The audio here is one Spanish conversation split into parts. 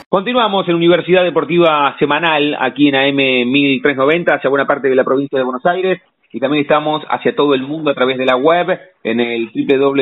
Continuamos en Universidad Deportiva Semanal, aquí en AM 1390, hacia buena parte de la provincia de Buenos Aires, y también estamos hacia todo el mundo a través de la web, en el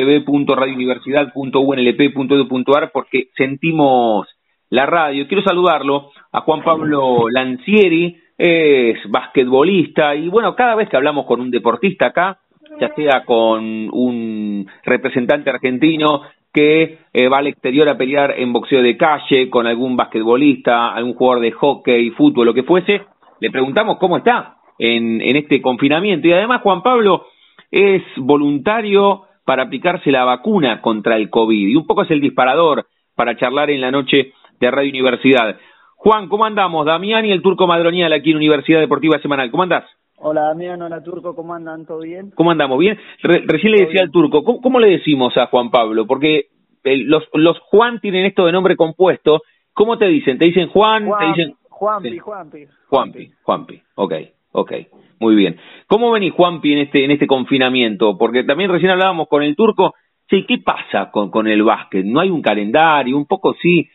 www.radiouniversidad.unlp.edu.ar, porque sentimos la radio. Quiero saludarlo a Juan Pablo Lancieri, es basquetbolista, y bueno, cada vez que hablamos con un deportista acá, ya sea con un representante argentino que va al exterior a pelear en boxeo de calle, con algún basquetbolista, algún jugador de hockey, fútbol, lo que fuese, le preguntamos cómo está en este confinamiento. Y además Juan Pablo es voluntario para aplicarse la vacuna contra el COVID, y un poco es el disparador para charlar en la noche de Radio Universidad. Juan, ¿cómo andamos? Damián y el Turco Madronial aquí en Universidad Deportiva Semanal. ¿Cómo andás? Hola Damián, hola Turco, ¿cómo andan? ¿Todo bien? ¿Cómo andamos? ¿Bien? Recién le decía al Turco, ¿cómo le decimos a Juan Pablo? Porque los Juan tienen esto de nombre compuesto. ¿Cómo te dicen? ¿Te dicen Juan? ¿Te dicen Juanpi, sí. Juanpi. Juanpi. Ok. Muy bien. ¿Cómo venís, Juanpi, en este confinamiento? Porque también recién hablábamos con el Turco. Sí, ¿qué pasa con el básquet? ¿No hay un calendario? Un poco sí,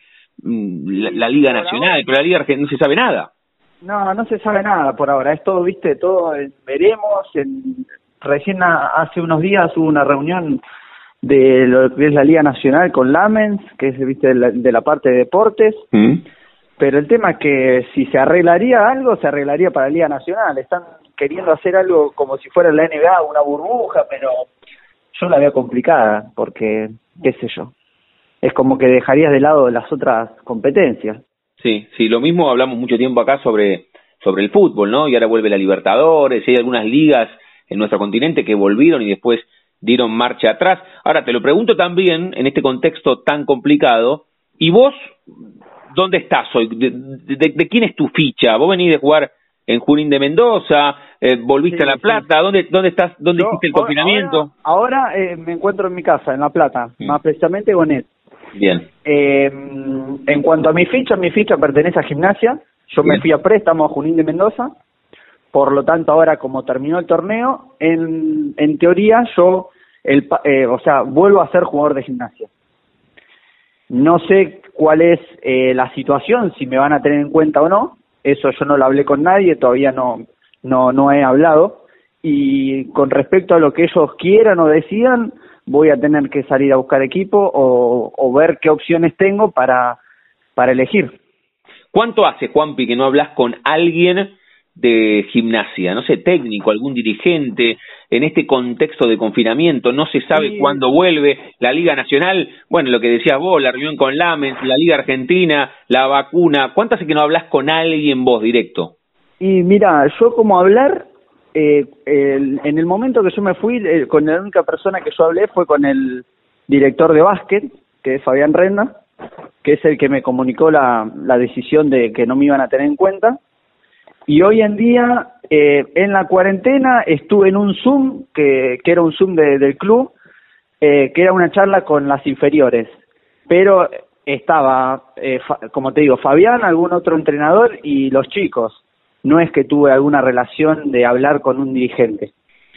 la Liga Nacional, pero la Liga Argentina no se sabe nada. No se sabe nada por ahora, es todo, viste, todo veremos. Recién hace unos días hubo una reunión de lo que es la Liga Nacional con Lamens, que es, viste, de la parte de deportes, pero el tema es que si se arreglaría algo, se arreglaría para la Liga Nacional. Están queriendo hacer algo como si fuera la NBA, una burbuja, pero yo la veo complicada, porque, qué sé yo, es como que dejarías de lado las otras competencias. Sí, lo mismo hablamos mucho tiempo acá sobre el fútbol, ¿no? Y ahora vuelve la Libertadores, y hay algunas ligas en nuestro continente que volvieron y después dieron marcha atrás. Ahora, te lo pregunto también, en este contexto tan complicado, ¿y vos dónde estás hoy? ¿De quién es tu ficha? ¿Vos venís de jugar en Junín de Mendoza? ¿Volviste a La Plata? Sí. ¿Dónde estás? ¿Dónde hiciste el confinamiento? Ahora me encuentro en mi casa, en La Plata, más precisamente Gonet. Bien. En cuanto a mi ficha pertenece a Gimnasia. Yo me fui a préstamo a Junín de Mendoza. Por lo tanto, ahora como terminó el torneo, en teoría yo, vuelvo a ser jugador de Gimnasia. No sé cuál es la situación, si me van a tener en cuenta o no. Eso yo no lo hablé con nadie, todavía no he hablado. Y con respecto a lo que ellos quieran o decidan, voy a tener que salir a buscar equipo o ver qué opciones tengo para elegir. ¿Cuánto hace, Juanpi, que no hablas con alguien de Gimnasia? No sé, técnico, algún dirigente, en este contexto de confinamiento, no se sabe cuándo vuelve la Liga Nacional, bueno, lo que decías vos, la reunión con Lamens, la Liga Argentina, la vacuna. ¿Cuánto hace que no hablas con alguien vos directo? Y mira, yo como hablar, en el momento que yo me fui, con la única persona que yo hablé fue con el director de básquet, que es Fabián Renda, que es el que me comunicó la decisión de que no me iban a tener en cuenta. Y hoy en día, en la cuarentena, estuve en un Zoom, que era un Zoom del club, que era una charla con las inferiores. Pero estaba, como te digo, Fabián, algún otro entrenador y los chicos. No es que tuve alguna relación de hablar con un dirigente.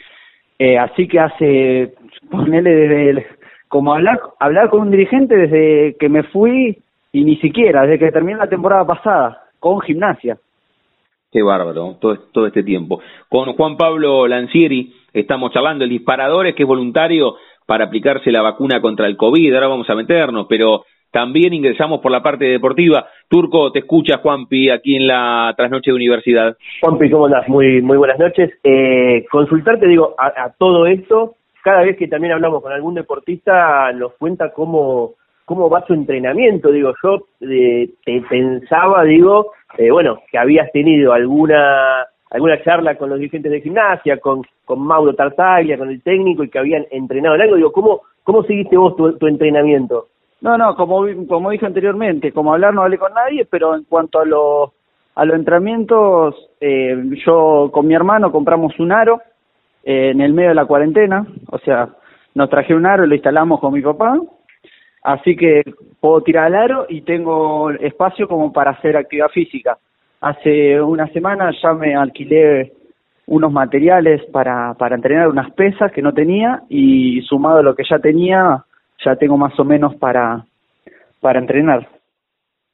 Así que ponele como hablar con un dirigente desde que me fui, y ni siquiera, desde que terminé la temporada pasada, con Gimnasia. Qué bárbaro, todo este tiempo. Con Juan Pablo Lancieri estamos charlando, el disparador es que es voluntario para aplicarse la vacuna contra el COVID. Ahora vamos a meternos, pero también ingresamos por la parte deportiva. Turco, te escucha Juanpi aquí en la trasnoche de Universidad. Juanpi, ¿cómo andás? Muy buenas noches. Consultarte, digo, a todo esto, cada vez que también hablamos con algún deportista nos cuenta cómo va su entrenamiento. Digo, yo te pensaba, que habías tenido alguna charla con los dirigentes de Gimnasia, con Mauro Tartaglia, con el técnico, y que habían entrenado en algo. Digo, ¿cómo seguiste vos tu entrenamiento? No, como dije anteriormente, como hablar no hablé con nadie, pero en cuanto a los entrenamientos, yo con mi hermano compramos un aro en el medio de la cuarentena, o sea, nos traje un aro y lo instalamos con mi papá, así que puedo tirar al aro y tengo espacio como para hacer actividad física. Hace una semana ya me alquilé unos materiales para entrenar, unas pesas que no tenía, y sumado a lo que ya tenía, ya tengo más o menos para entrenar.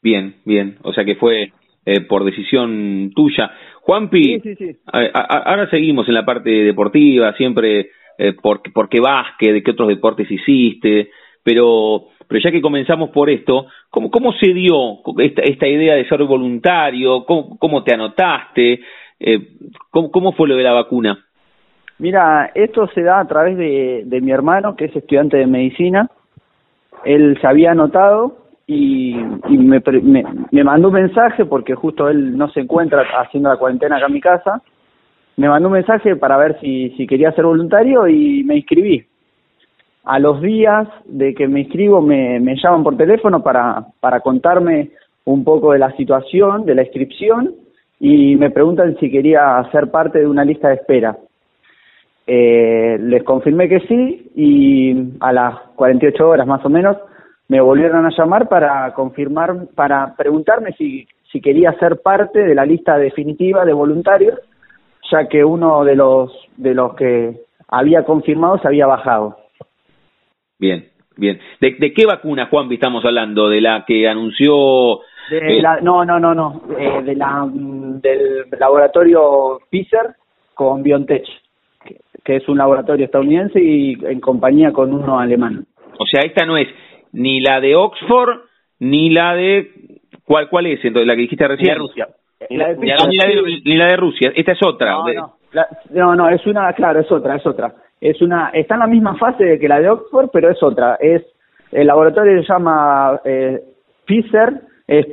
Bien, bien. O sea que fue por decisión tuya. Juanpi, Sí. ahora seguimos en la parte deportiva, siempre porque básquet, de qué otros deportes hiciste, pero ya que comenzamos por esto, ¿cómo se dio esta idea de ser voluntario? ¿Cómo te anotaste? ¿Cómo fue lo de la vacuna? Mira, esto se da a través de mi hermano, que es estudiante de medicina. Él se había anotado y me mandó un mensaje, porque justo él no se encuentra haciendo la cuarentena acá en mi casa. Me mandó un mensaje para ver si quería ser voluntario y me inscribí. A los días de que me inscribo me llaman por teléfono para contarme un poco de la situación, de la inscripción, y me preguntan si quería ser parte de una lista de espera. Les confirmé que sí, y a las 48 horas más o menos me volvieron a llamar para confirmar, para preguntarme si quería ser parte de la lista definitiva de voluntarios, ya que uno de los que había confirmado se había bajado. Bien. ¿De qué vacuna, Juanpi, estamos hablando? ¿De la que anunció...? No. Del laboratorio Pfizer con BioNTech, que es un laboratorio estadounidense y en compañía con uno alemán. O sea, esta no es ni la de Oxford, ni la de... ¿Cuál es entonces? La que dijiste recién. Ni la de Rusia. Ni la de Rusia. Esta es otra. No, es una, claro, es otra. Está en la misma fase que la de Oxford, pero es otra. El laboratorio se llama Pfizer, es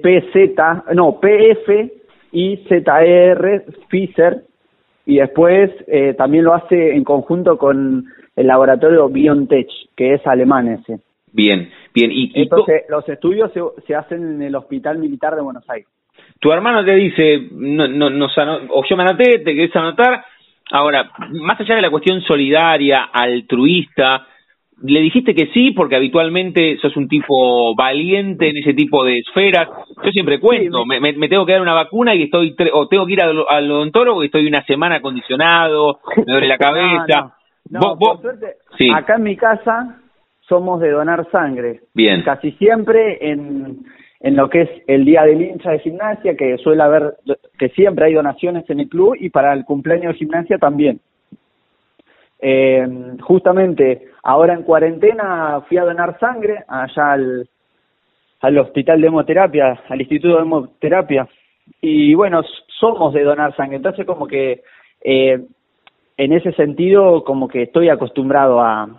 PFIZER, Pfizer, y después también lo hace en conjunto con el laboratorio BioNTech, que es alemán ese. Bien. Entonces, los estudios se hacen en el Hospital Militar de Buenos Aires. Tu hermano te dice, o yo me anoté, te querés anotar. Ahora, más allá de la cuestión solidaria, altruista, ¿le dijiste que sí? Porque habitualmente sos un tipo valiente en ese tipo de esferas. Yo siempre cuento, sí, me tengo que dar una vacuna y o tengo que ir al odontólogo y estoy una semana acondicionado, me duele la cabeza. No, por suerte, sí. Acá en mi casa somos de donar sangre. Bien. Casi siempre en lo que es el día del hincha de gimnasia, que suele haber, que siempre hay donaciones en el club, y para el cumpleaños de gimnasia también. Justamente ahora en cuarentena fui a donar sangre allá al hospital de hemoterapia, al instituto de hemoterapia, y bueno, somos de donar sangre, entonces como que en ese sentido como que estoy acostumbrado a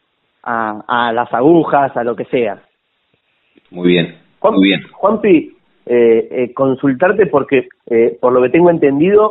las agujas, a lo que sea. Muy bien. Muy bien. Juanpi, consultarte porque, por lo que tengo entendido,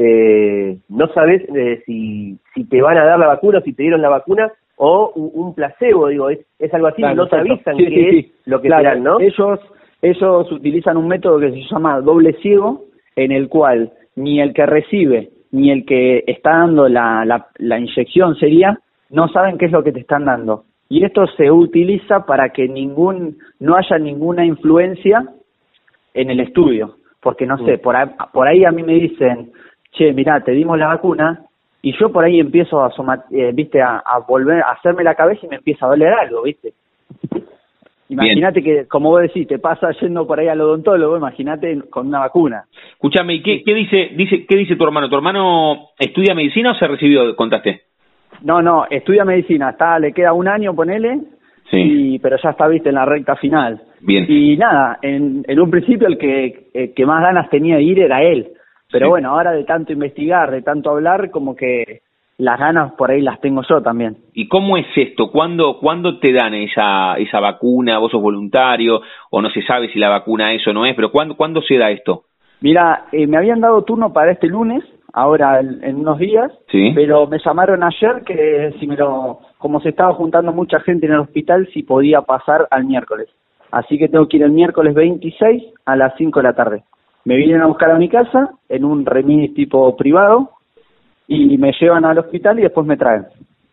no sabes si te van a dar la vacuna, si te dieron la vacuna, o un placebo, digo, es algo así, claro, no te avisan qué es lo que te dan, ¿no? Ellos utilizan un método que se llama doble ciego, en el cual ni el que recibe ni el que está dando la inyección no saben qué es lo que te están dando. Y esto se utiliza para que no haya ninguna influencia en el estudio. Porque, no sé, por ahí a mí me dicen, che, mirá, te dimos la vacuna, y yo por ahí empiezo a volver a hacerme la cabeza y me empieza a doler algo, ¿viste? Imagínate que, como vos decís, te pasa yendo por ahí al odontólogo, imagínate con una vacuna. Escúchame, ¿y qué dice tu hermano? ¿Tu hermano estudia medicina o se recibió, contaste? No, estudia medicina, le queda un año, ponele, sí. Pero ya está, viste, en la recta final. Bien. Y nada, en un principio el que más ganas tenía de ir era él, pero sí. Bueno, ahora de tanto investigar, de tanto hablar, como que las ganas por ahí las tengo yo también. ¿Y cómo es esto? ¿Cuándo te dan esa vacuna? ¿Vos sos voluntario? ¿O no se sabe si la vacuna es o no es? ¿Pero cuándo se da esto? Mira, me habían dado turno para este lunes, ahora en unos días, ¿sí? Pero me llamaron ayer que como se estaba juntando mucha gente en el hospital, si podía pasar al miércoles. Así que tengo que ir el miércoles 26 a las 5 de la tarde. Me vienen a buscar a mi casa en un remis tipo privado y me llevan al hospital y después me traen.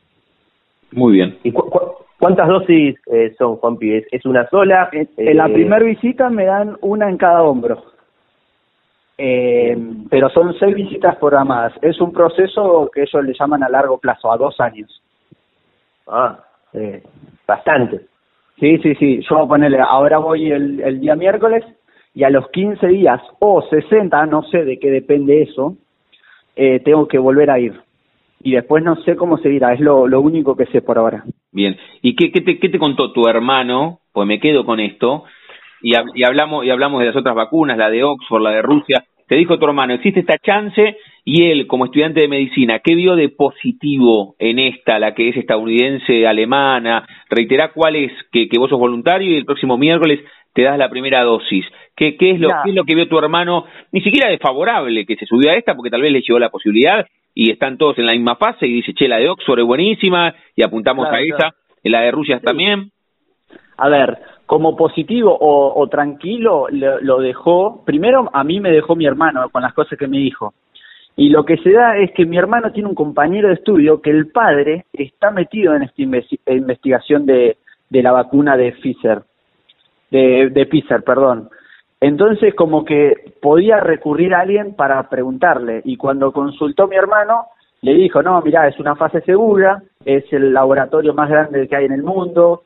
Muy bien. ¿Y cuántas dosis son, Juanpi? ¿Es una sola? En la primera visita me dan una en cada hombro. Pero son 6 visitas programadas. Es un proceso que ellos le llaman a largo plazo, a 2 años. Bastante. Sí. Yo voy a ponerle, ahora voy el día miércoles y a los 15 días o 60, no sé de qué depende eso, tengo que volver a ir. Y después no sé cómo seguirá, es lo único que sé por ahora. Bien, ¿y qué te contó tu hermano? Pues me quedo con esto, y hablamos de las otras vacunas, la de Oxford, la de Rusia. Te dijo tu hermano, existe esta chance, y él, como estudiante de medicina, ¿qué vio de positivo en esta, la que es estadounidense, alemana? Reiterá cuál es, que vos sos voluntario y el próximo miércoles te das la primera dosis. ¿Qué es lo que vio tu hermano? Ni siquiera desfavorable que se subió a esta, porque tal vez le llegó la posibilidad, y están todos en la misma fase, y dice, che, la de Oxford es buenísima, y apuntamos a esa, en la de Rusia también. A ver, como positivo o tranquilo, lo dejó, primero a mí me dejó mi hermano con las cosas que me dijo. Y lo que se da es que mi hermano tiene un compañero de estudio que el padre está metido en esta investigación de la vacuna de Pfizer, de Pfizer, perdón. Entonces como que podía recurrir a alguien para preguntarle, y cuando consultó a mi hermano, le dijo, no, mirá, es una fase segura, es el laboratorio más grande que hay en el mundo,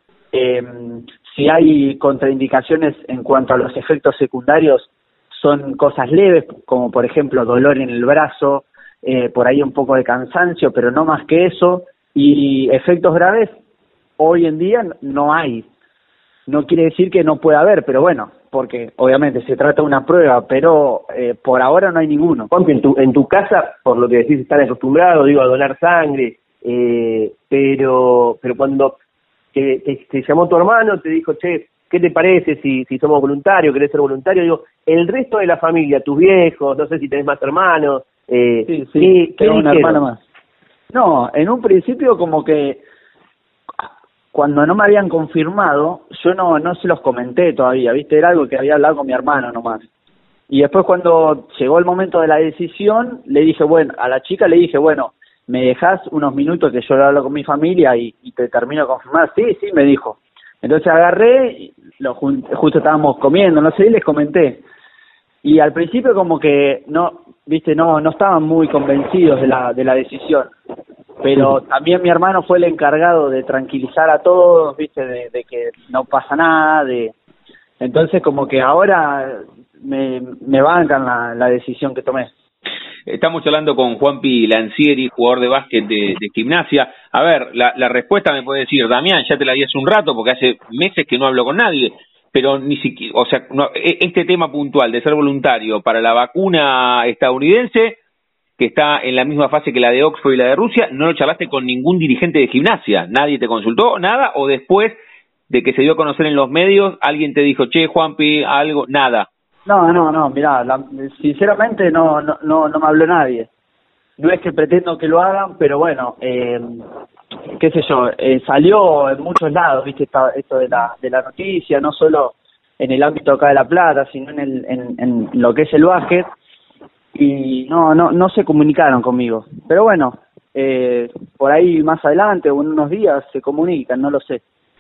si hay contraindicaciones en cuanto a los efectos secundarios, son cosas leves, como por ejemplo dolor en el brazo, por ahí un poco de cansancio, pero no más que eso, y efectos graves hoy en día no hay. No quiere decir que no pueda haber, pero bueno, porque obviamente se trata de una prueba, pero por ahora no hay ninguno. Juanpi, en tu casa, por lo que decís, están acostumbrados, a donar sangre, pero cuando te llamó tu hermano, te dijo, che, ¿qué te parece si somos voluntarios, querés ser voluntario? Digo, el resto de la familia, tus viejos, no sé si tenés más hermanos. Sí, tengo un hermano más. No, en un principio como que cuando no me habían confirmado, yo no se los comenté todavía, ¿viste? Era algo que había hablado con mi hermano nomás. Y después cuando llegó el momento de la decisión, a la chica le dije, bueno, ¿me dejás unos minutos que yo lo hablo con mi familia y te termino de confirmar? Sí, me dijo. Entonces agarré, justo estábamos comiendo, no sé, y les comenté. Y al principio como que no estaban muy convencidos de la decisión. Pero también mi hermano fue el encargado de tranquilizar a todos, ¿viste? De que no pasa nada, entonces como que ahora me bancan la decisión que tomé. Estamos hablando con Juanpi Lancieri, jugador de básquet de Gimnasia. A ver, la respuesta me puede decir, Damián, ya te la di hace un rato, porque hace meses que no hablo con nadie, pero ni siquiera, o sea, este tema puntual de ser voluntario para la vacuna estadounidense, que está en la misma fase que la de Oxford y la de Rusia, no lo charlaste con ningún dirigente de Gimnasia, nadie te consultó, nada, o después de que se dio a conocer en los medios, alguien te dijo, che, Juanpi, algo, nada. No, mirá, sinceramente no me habló nadie. No es que pretendo que lo hagan, pero bueno, qué sé yo, salió en muchos lados, viste, esto de la noticia, no solo en el ámbito acá de La Plata, sino en lo que es el básquet, y no se comunicaron conmigo. Pero bueno, por ahí más adelante o en unos días se comunican, no lo sé.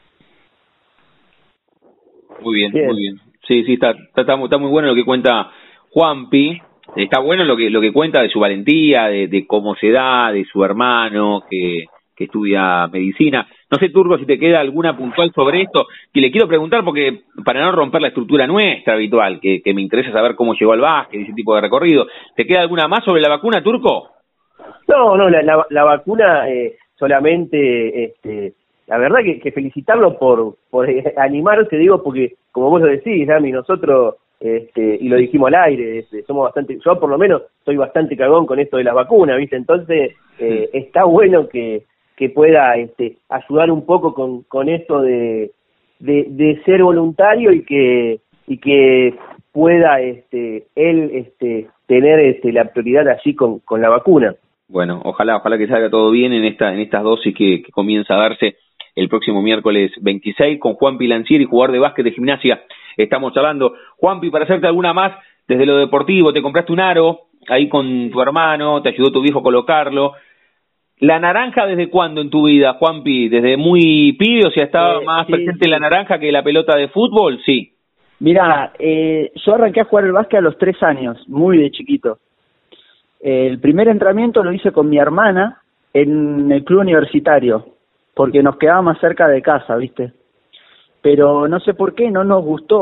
Muy bien. Sí, está muy bueno lo que cuenta Juanpi. Está bueno lo que cuenta de su valentía, de cómo se da, de su hermano que estudia medicina. No sé, Turco, si te queda alguna puntual sobre esto, que le quiero preguntar porque para no romper la estructura nuestra habitual, que me interesa saber cómo llegó al básquet y ese tipo de recorrido. ¿Te queda alguna más sobre la vacuna, Turco? No, la vacuna solamente, la verdad que felicitarlo por animarse, digo, porque como vos lo decís, Dami, nosotros, y lo dijimos al aire, somos bastante, yo por lo menos soy bastante cagón con esto de las vacunas, ¿viste? Entonces, está bueno que pueda ayudar un poco con esto de ser voluntario y que pueda él tener la prioridad allí con la vacuna. Bueno, ojalá que salga todo bien en estas dosis que comienza a darse el próximo miércoles 26 con Juanpi Lancieri, jugador de básquet de Gimnasia. Estamos hablando. Juanpi, para hacerte alguna más desde lo deportivo, te compraste un aro ahí con tu hermano, te ayudó tu viejo a colocarlo. ¿La naranja desde cuándo en tu vida, Juanpi? ¿Desde muy pibe, o sea, estaba más presente la naranja que la pelota de fútbol? Sí. Mirá, yo arranqué a jugar el básquet a los 3 años, muy de chiquito. El primer entrenamiento lo hice con mi hermana en el club universitario, porque nos quedaba más cerca de casa, ¿viste? Pero no sé por qué no nos gustó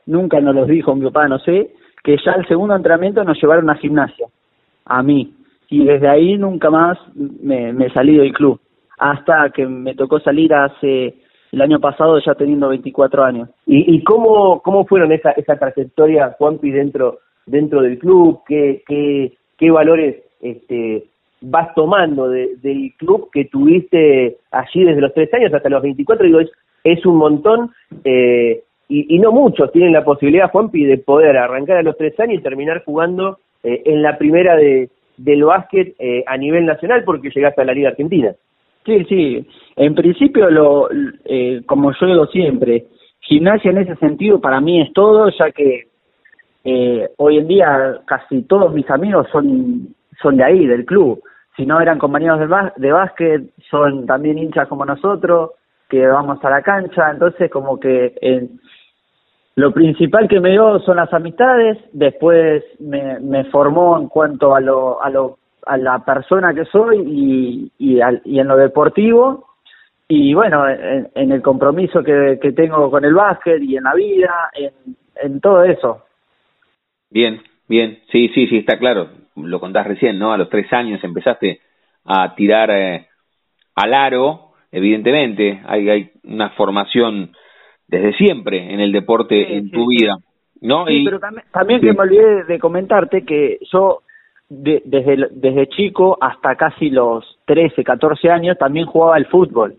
nunca nos los dijo mi papá, no sé, que ya el segundo entrenamiento nos llevaron a Gimnasia, a mí, y desde ahí nunca más me salí del club, hasta que me tocó salir el año pasado ya teniendo 24 años. ¿Y cómo fueron esa trayectoria, Juanpi, dentro del club? ¿Qué valores vas tomando del club que tuviste allí desde los 3 años hasta los 24? Digo, es un montón, y no muchos tienen la posibilidad, Juanpi, de poder arrancar a los 3 años y terminar jugando en la primera del básquet a nivel nacional, porque llegaste a la Liga Argentina. Sí, en principio, como yo digo siempre, Gimnasia en ese sentido para mí es todo, ya que hoy en día casi todos mis amigos son de ahí, del club. Si no eran compañeros de básquet, son también hinchas como nosotros, que vamos a la cancha. Entonces, como que lo principal que me dio son las amistades. Después me formó en cuanto a la persona que soy y en lo deportivo. Y bueno, en el compromiso que tengo con el básquet y en la vida, en todo eso. Bien, sí, está claro. Lo contás recién, ¿no? A los 3 años empezaste a tirar al aro. Evidentemente, hay una formación desde siempre en el deporte en tu vida, ¿no? Sí, pero también que me olvidé de comentarte que yo desde chico hasta casi los 13, 14 años también jugaba al fútbol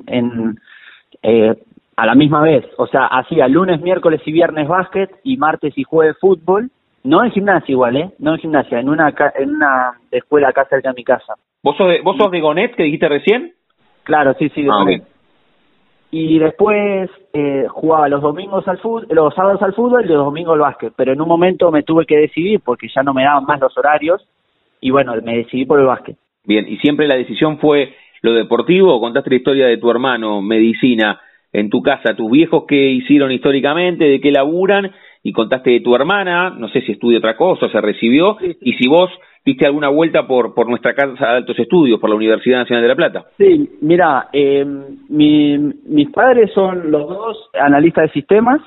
a la misma vez. O sea, hacía lunes, miércoles y viernes básquet y martes y jueves fútbol. No en gimnasia igual, no en gimnasia, en una escuela acá cerca de mi casa. ¿Vos sos de Gonet, que dijiste recién? Claro, sí, de Gonet. Y después jugaba los domingos los sábados al fútbol y los domingos al básquet. Pero en un momento me tuve que decidir porque ya no me daban más los horarios y bueno, me decidí por el básquet. Bien, ¿y siempre la decisión fue lo deportivo? Contaste la historia de tu hermano, medicina, en tu casa, tus viejos qué hicieron históricamente, de qué laburan, y contaste de tu hermana, no sé si estudia otra cosa, se recibió, sí. Y si vos diste alguna vuelta por nuestra casa de altos estudios, por la Universidad Nacional de La Plata. Sí, mira, mis padres son los dos analistas de sistemas.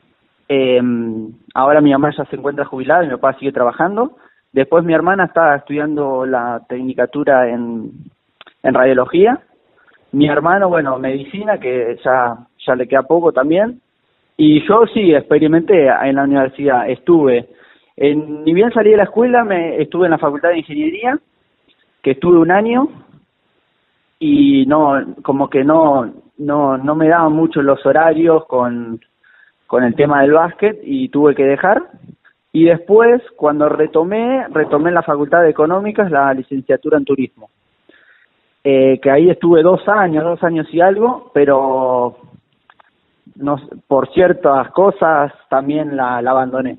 Ahora mi mamá ya se encuentra jubilada y mi papá sigue trabajando. Después mi hermana está estudiando la tecnicatura en radiología. Mi hermano, bueno, medicina, que ya le queda poco también. Y yo sí experimenté en la universidad. Ni bien salí de la escuela, estuve en la Facultad de Ingeniería, que estuve 1 año, y como que no me daban mucho los horarios con el tema del básquet y tuve que dejar. Y después, cuando retomé en la Facultad de Económicas la licenciatura en Turismo. Que ahí estuve 2 años y algo, pero por ciertas cosas también la abandoné.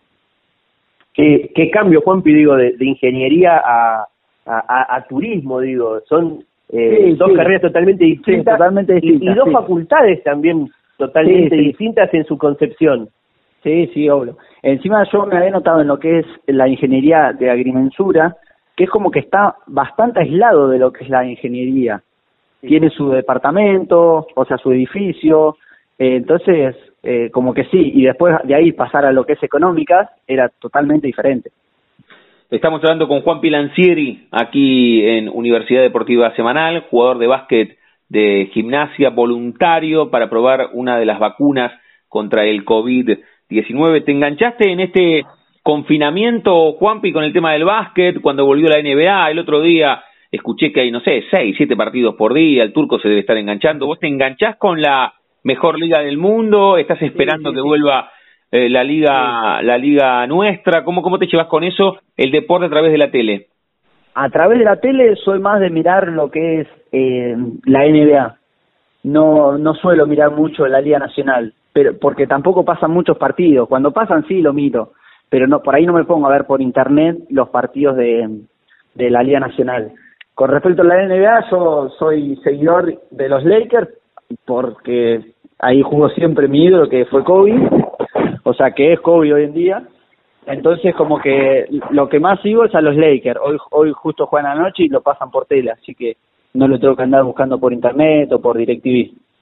¿Qué cambio, Juanpi, digo, de ingeniería a turismo, digo? Son dos carreras totalmente distintas, y dos facultades también totalmente distintas en su concepción. Sí, obvio. Encima yo me había notado en lo que es la ingeniería de agrimensura, que es como que está bastante aislado de lo que es la ingeniería. Sí. Tiene su departamento, o sea, su edificio, entonces como que sí, y después de ahí pasar a lo que es económicas era totalmente diferente. Estamos hablando con Juanpi Lancieri, aquí en Universidad Deportiva Semanal, jugador de básquet de Gimnasia, voluntario para probar una de las vacunas contra el COVID-19. ¿Te enganchaste en este confinamiento, Juanpi, con el tema del básquet, cuando volvió la NBA? El otro día escuché que hay, 6, 7 partidos por día, el turco se debe estar enganchando. ¿Vos te enganchás con la mejor liga del mundo? ¿Estás esperando que vuelva la liga nuestra? ¿Cómo te llevas con eso, el deporte a través de la tele? A través de la tele soy más de mirar lo que es la NBA. No suelo mirar mucho la Liga Nacional, pero porque tampoco pasan muchos partidos. Cuando pasan sí lo miro, pero por ahí no me pongo a ver por internet los partidos de la Liga Nacional. Con respecto a la NBA, yo soy seguidor de los Lakers porque ahí jugó siempre mi ídolo, que fue Kobe, o sea que es Kobe hoy en día. Entonces como que lo que más sigo es a los Lakers. Hoy justo juegan anoche y lo pasan por tele, así que no lo tengo que andar buscando por internet o por DirecTV.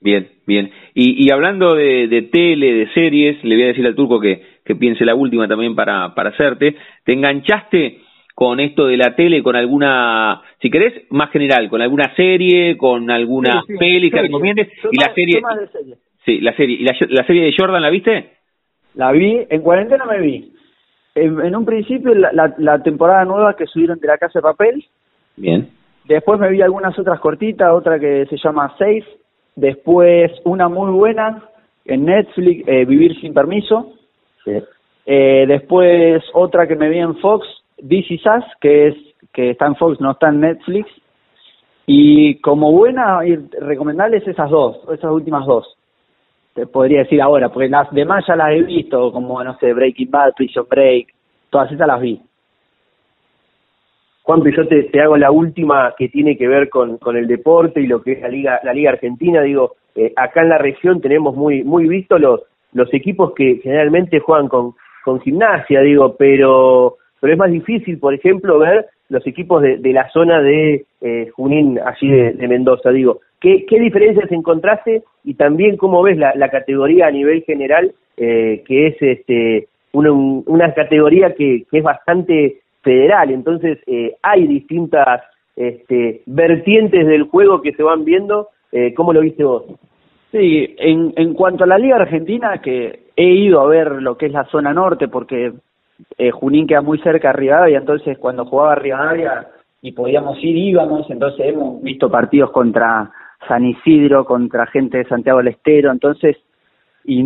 Bien, bien. Y hablando de tele, de series, le voy a decir al Turco que piense la última también para hacerte. ¿Te enganchaste con esto de la tele, con alguna, si querés, más general, con alguna serie, con alguna peli que recomiendes? Y la serie, más de serie. Sí, la serie. ¿Y la serie de Jordan la viste? La vi, en cuarentena me vi. En un principio la temporada nueva que subieron de La Casa de Papel. Bien. Después me vi algunas otras cortitas, otra que se llama Safe. Después una muy buena en Netflix, Vivir sin permiso. Sí. Después otra que me vi en Fox, This Is Us, que está en Fox, no está en Netflix. Y como buena y recomendables esas últimas dos. Te podría decir ahora, porque las demás ya las he visto, como, no sé, Breaking Bad, Prison Break, todas esas las vi. Juanpi, yo te hago la última que tiene que ver con el deporte y lo que es la Liga Argentina. Digo, acá en la región tenemos muy visto los equipos que generalmente juegan con Gimnasia, digo, pero es más difícil, por ejemplo, ver los equipos de la zona de Junín, allí de Mendoza, digo. ¿Qué diferencias encontraste y también cómo ves la categoría a nivel general, que es una categoría que es bastante federal? Entonces hay distintas vertientes del juego que se van viendo. ¿Cómo lo viste vos? Sí, en cuanto a la Liga Argentina, que he ido a ver lo que es la zona norte, porque Junín queda muy cerca de Rivadavia, entonces cuando jugaba Rivadavia y podíamos ir, íbamos, entonces hemos visto partidos contra San Isidro, contra gente de Santiago del Estero, entonces y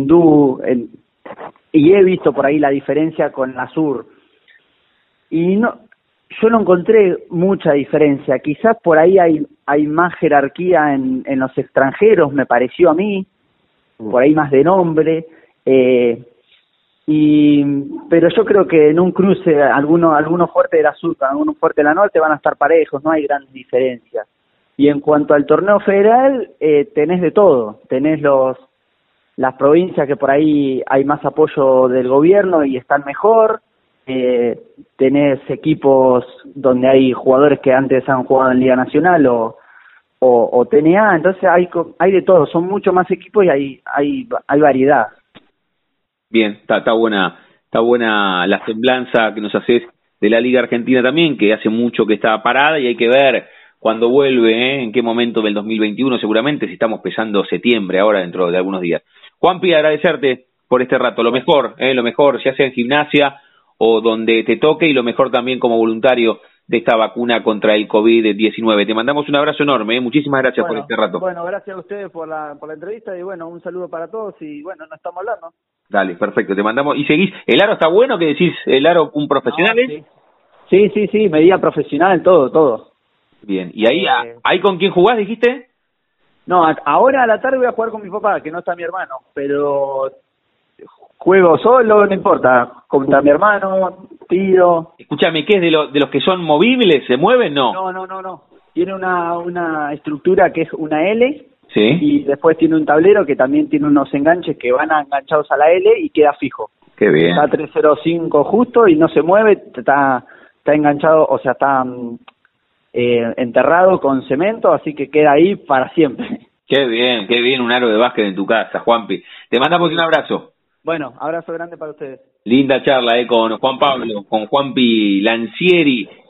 he visto por ahí la diferencia con la sur. Y yo no encontré mucha diferencia. Quizás por ahí hay más jerarquía en los extranjeros, me pareció a mí, por ahí más de nombre. Pero yo creo que en un cruce, algunos fuertes de la sur, algunos fuertes de la norte van a estar parejos, no hay grandes diferencias. Y en cuanto al torneo federal, tenés de todo. Tenés las provincias que por ahí hay más apoyo del gobierno y están mejor. Tenés equipos donde hay jugadores que antes han jugado en Liga Nacional o TNA, entonces hay de todo, son muchos más equipos y hay variedad. Bien, está buena la semblanza que nos haces de la Liga Argentina también, que hace mucho que está parada y hay que ver cuando vuelve, en qué momento del 2021 seguramente, si estamos pesando septiembre ahora dentro de algunos días. Juanpi, agradecerte por este rato, lo mejor, ya sea en Gimnasia o donde te toque, y lo mejor también como voluntario de esta vacuna contra el COVID-19. Te mandamos un abrazo enorme, muchísimas gracias por este rato. Bueno, gracias a ustedes por la entrevista y bueno, un saludo para todos y bueno, nos estamos hablando. Dale, perfecto, te mandamos. Y seguís, ¿el aro está bueno? ¿Qué decís? ¿El aro un profesional? Sí, medida profesional, todo. Bien, ¿y ahí con quién jugás, dijiste? No, ahora a la tarde voy a jugar con mi papá, que no está mi hermano, pero juego solo, no importa, contra mi hermano, tiro. Escúchame, ¿qué es de los que son movibles? ¿Se mueven? No. No. Tiene una estructura que es una L, sí, y después tiene un tablero que también tiene unos enganches que van enganchados a la L y queda fijo. Qué bien. Está 305 justo y no se mueve, está enganchado, o sea, está enterrado con cemento, así que queda ahí para siempre. Qué bien, un aro de básquet en tu casa, Juanpi. Te mandamos un abrazo. Bueno, abrazo grande para ustedes. Linda charla con Juan Pablo, con Juanpi Lancieri.